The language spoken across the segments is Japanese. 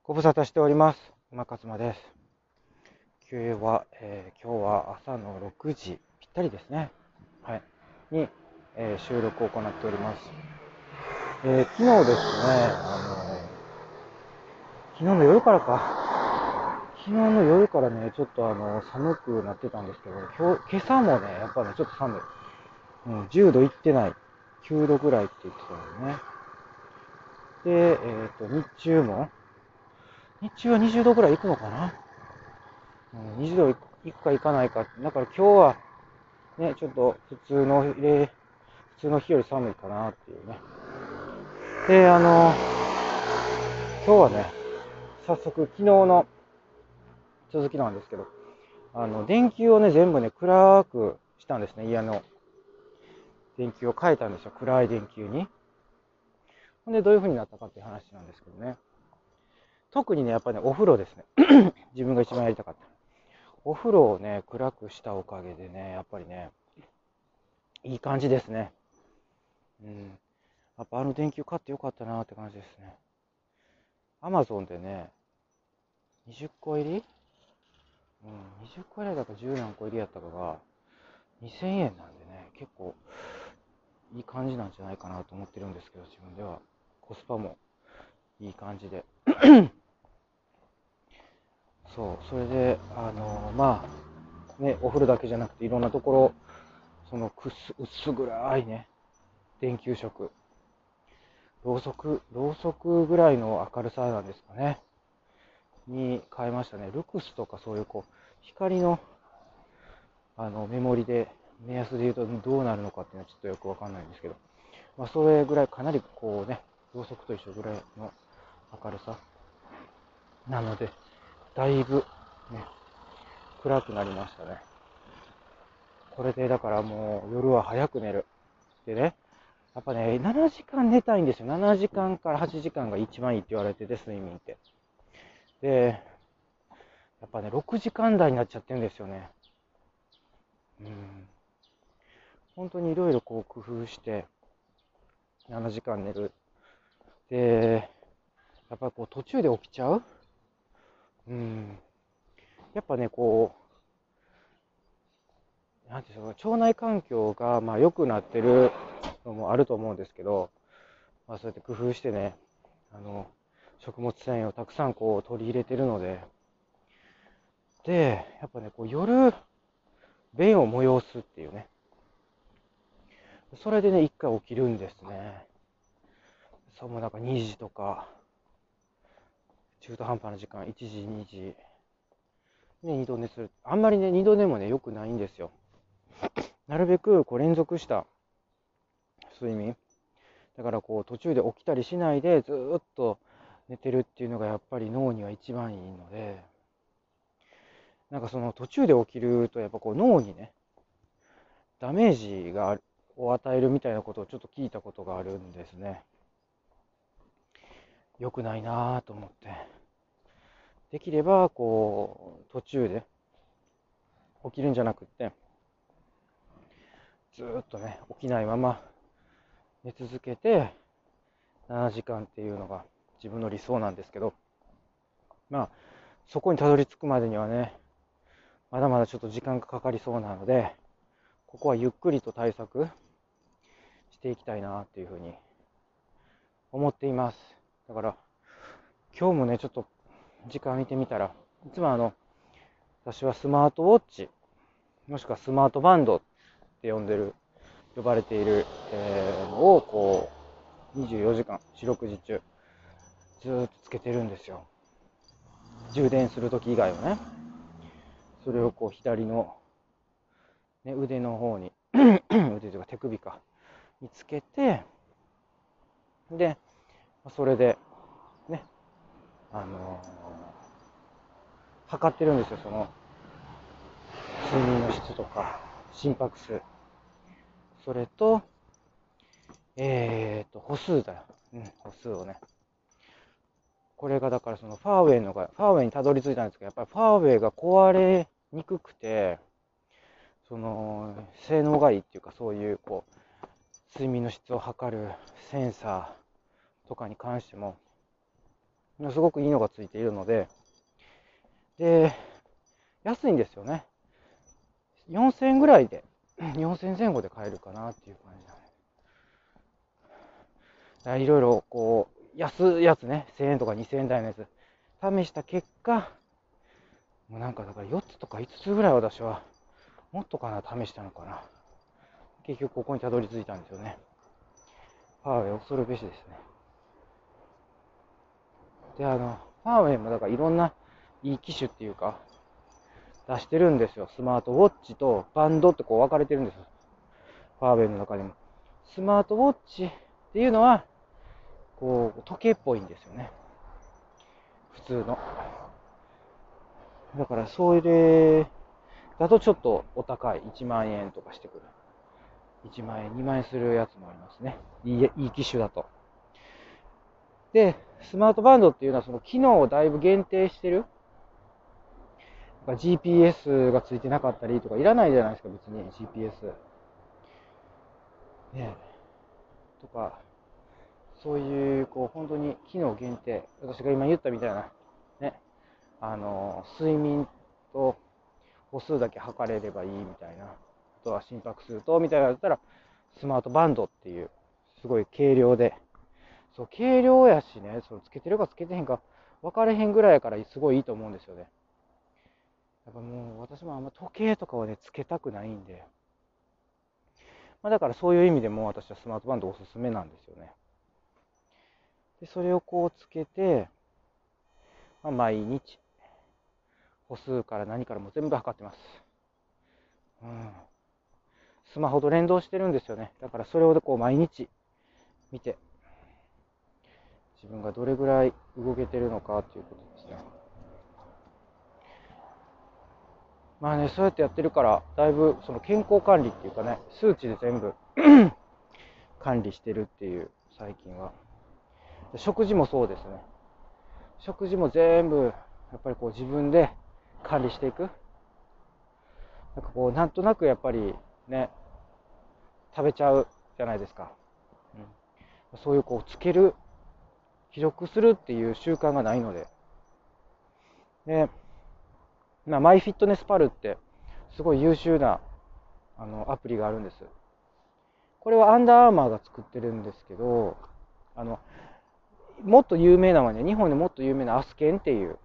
ご無沙汰しております。馬勝間です。今日は朝の6時ぴったりですね。はい。に、収録を行っております。昨日ですね、昨日の夜からか。昨日の夜からね、ちょっと寒くなってたんですけど、今朝もね、やっぱね、ちょっと寒い。10度いってない。9度ぐらいって言ってたのね。で、日中は20度ぐらいいくのかな。20度いくかいかないか。だから今日はね、ちょっと普通の日より寒いかなっていうね。で、今日はね、早速昨日の続きなんですけど、電球をね、全部ね、暗くしたんですね。家の電球を変えたんですよ。暗い電球に。ほんで、どういう風になったかっていう話なんですけどね。特にね、やっぱりね、お風呂ですね。自分が一番やりたかった。お風呂をね、暗くしたおかげでね、やっぱりね、いい感じですね。うん。やっぱ電球買ってよかったなって感じですね。アマゾンでね、20個入り20個入りだか10何個入りやったかが2000円なんでね、結構いい感じなんじゃないかなと思ってるんですけど、自分では。コスパもいい感じで。そう、それで、ね、お風呂だけじゃなくていろんなところ、薄暗いね、電球色。ろうそくぐらいの明るさなんですかね。に変えましたね。ルクスとかそういう光のメモリで、目安で言うとどうなるのかっていうのはちょっとよくわかんないんですけど、それぐらいかなりろうそくと一緒ぐらいの明るさなので、だいぶね、暗くなりましたね。これでだからもう夜は早く寝る。でね、やっぱね、7時間寝たいんですよ。7時間から8時間が一番いいって言われてて、睡眠って。で、やっぱね、6時間台になっちゃってるんですよね。本当にいろいろ工夫して、7時間寝る。で、やっぱり途中で起きちゃう。やっぱね、なんていうか、腸内環境が良くなってるのもあると思うんですけど、そうやって工夫してね、食物繊維をたくさん取り入れてるので、で、やっぱね、夜、便を催すっていうね、それでね、一回起きるんですね。そう、もうなんか2時とか、中途半端な時間、1時、2時、ね、二度寝する。あんまりね、二度寝もね、良くないんですよ。なるべく連続した睡眠。だから途中で起きたりしないでずっと寝てるっていうのがやっぱり脳には一番いいので、なんかその途中で起きるとやっぱ脳にね、ダメージを与えるみたいなことをちょっと聞いたことがあるんですね。良くないなぁと思って。できれば途中で起きるんじゃなくって、ずっとね、起きないまま寝続けて7時間っていうのが自分の理想なんですけど、そこにたどり着くまでにはね、まだまだちょっと時間がかかりそうなので、ここはゆっくりと対策していきたいなっていうふうに思っています。だから今日もね、ちょっと時間見てみたら、いつも私はスマートウォッチ、もしくはスマートバンドって呼ばれている、のを24時間、四六時中、ずーっとつけてるんですよ。充電するとき以外はね。それを左の、ね、腕の方に、腕というか手首につけて、で、それで、ね、あの測ってるんですよ。睡眠の質とか、心拍数。それと、歩数だよ。歩数をね。これがだからファーウェイにたどり着いたんですけど、やっぱりファーウェイが壊れにくくて、性能がいいっていうか、そういう睡眠の質を測るセンサーとかに関しても、 すごくいいのがついているので、で、安いんですよね。4000円ぐらいで、4000前後で買えるかなっていう感じだね。いろいろこう、安いやつね、1000円とか2000円台のやつ、試した結果、もうなんかだから4つとか5つぐらい私は、もっとかな、試したのかな。結局ここにたどり着いたんですよね。ファーウェイ恐るべしですね。で、ファーウェイもだからいろんないい機種っていうか、出してるんですよ。スマートウォッチとバンドってこう分かれてるんですよ。ファーウェイの中でも。スマートウォッチっていうのは、こう、時計っぽいんですよね。普通の。だからそれだとちょっとお高い。1万円とかしてくる。1万円、2万円するやつもありますね。いい機種だと。で、スマートバンドっていうのはその機能をだいぶ限定してる。GPS がついてなかったりとか、いらないじゃないですか、別に GPS。ね、とか、そういう、こう、本当に機能限定。私が今言ったみたいな、ね、睡眠と歩数だけ測れればいいみたいな。あとは心拍数と、みたいなのだったら、スマートバンドっていう、すごい軽量で、そう、軽量やしね、そのつけてるかつけてへんか分かれへんぐらいやからすごいいいと思うんですよね。やっぱもう私もあんま時計とかはね、つけたくないんで、だからそういう意味でも私はスマートバンドおすすめなんですよね。で、それをこうつけて、毎日、歩数から何からも全部測ってます。うん。スマホと連動してるんですよね。だからそれをこう毎日見て、自分がどれぐらい動けてるのかっていうことですね。まあね、そうやってやってるから、だいぶその健康管理っていうかね、数値で全部管理してるっていう、最近は。食事もそうですね。食事も全部、やっぱりこう自分で管理していく。なんかこう、なんとなくやっぱりね、食べちゃうじゃないですか。うん、そういうこう、つける、記録するっていう習慣がないので。で、マイフィットネスパルって、すごい優秀なアプリがあるんです。これはアンダーアーマーが作ってるんですけど、もっと有名なのはね、日本でもっと有名なアスケンっていう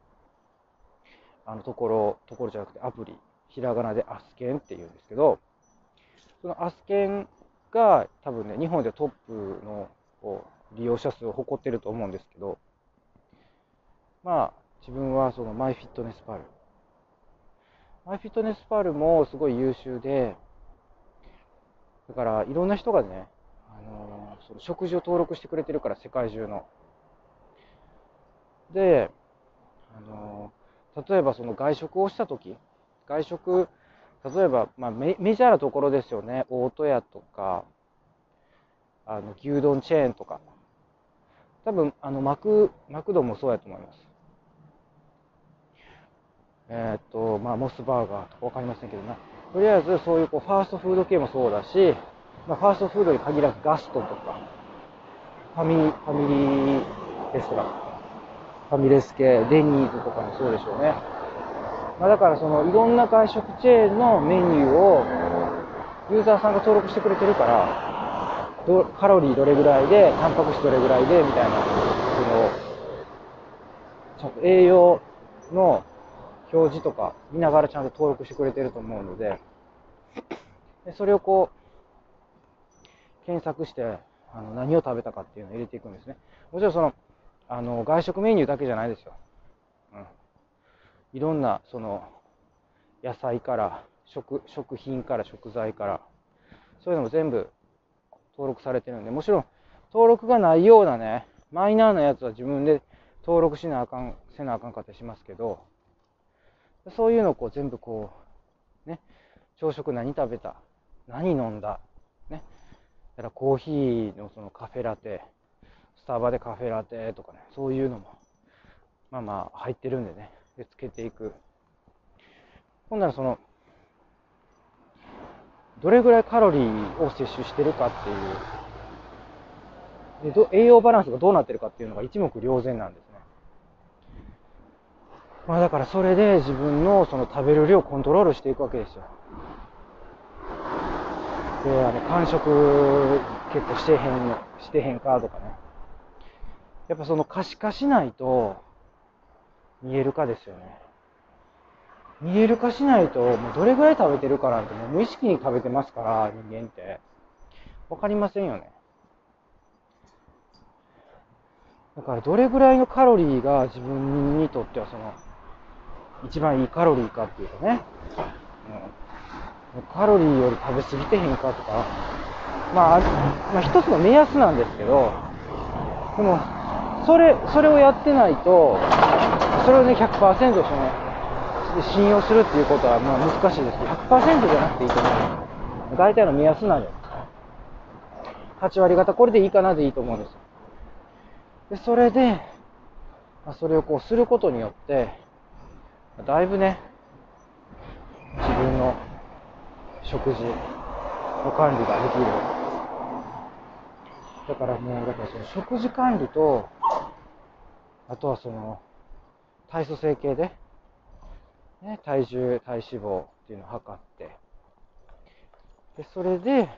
ところじゃなくてアプリ、ひらがなでアスケンっていうんですけど、そのアスケンが多分ね、日本でトップの利用者数を誇ってると思うんですけど、自分はそのマイフィットネスパル。マイフィットネスパルもすごい優秀で、だからいろんな人がね、その食事を登録してくれてるから、世界中の。で、例えばその外食をしたとき、外食、例えば、メジャーなところですよね。大戸屋とか、牛丼チェーンとか。多分、マクドもそうやと思います。モスバーガーとかわかりませんけどね。とりあえず、そういうファーストフード系もそうだし、ファーストフードに限らずガストとか、ファミリーレストラン、ファミレス系、デニーズとかもそうでしょうね。だからそのいろんな外食チェーンのメニューをユーザーさんが登録してくれてるから、カロリーどれぐらいで、タンパク質どれぐらいでみたいな、ちゃんと栄養の表示とか見ながらちゃんと登録してくれてると思うので、それをこう検索して何を食べたかっていうのを入れていくんですね。もちろんその外食メニューだけじゃないですよ。いろんなその野菜から食品から食材からそういうのも全部登録されてるんで、もちろん登録がないようなね、マイナーなやつは自分で登録せなあかんかったりしますけど、そういうのをこう全部こうね、朝食何食べた、何飲んだ、ね、だからコーヒーのそのカフェラテ、スタバでカフェラテとかね、そういうのも入ってるんでね、でつけていく。ほんならそのどれぐらいカロリーを摂取してるかっていう、で栄養バランスがどうなってるかっていうのが一目瞭然なんですね。 まあだからそれで自分のその食べる量をコントロールしていくわけですよ。で、間食結構してへんかとかね。やっぱその可視化しないと見える化ですよね。見える化しないと、もうどれぐらい食べてるかなんてもう無意識に食べてますから、人間って。わかりませんよね。だからどれぐらいのカロリーが自分にとってはその一番いいカロリーかっていうとね、カロリーより食べ過ぎてへんかとか、まあ一つの目安なんですけど、でもそれをやってないと、それをね 100% その信用するっていうことはまあ難しいですけど、 100% じゃなくていいと思う。大体の目安なんで8割方これでいいかなでいいと思うんですよ。でそれで、それをこうすることによってだいぶね、自分の食事の管理ができる。だからもう、だからその食事管理と、あとはその体組成計で、ね、体重、体脂肪っていうのを測って、でそれで、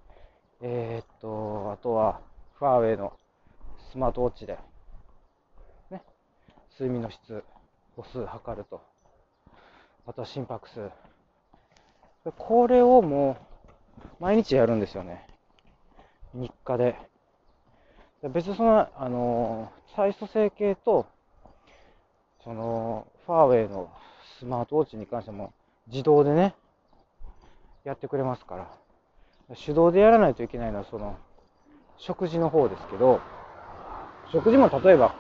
あとはファーウェイのスマートウォッチで、ね、睡眠の質、歩数測ると、あとは心拍数。これをもう毎日やるんですよね。日課で。別にその、体組成計と、その、ファーウェイのスマートウォッチに関しても自動でね、やってくれますから。手動でやらないといけないのは、その、食事の方ですけど、食事も例えば、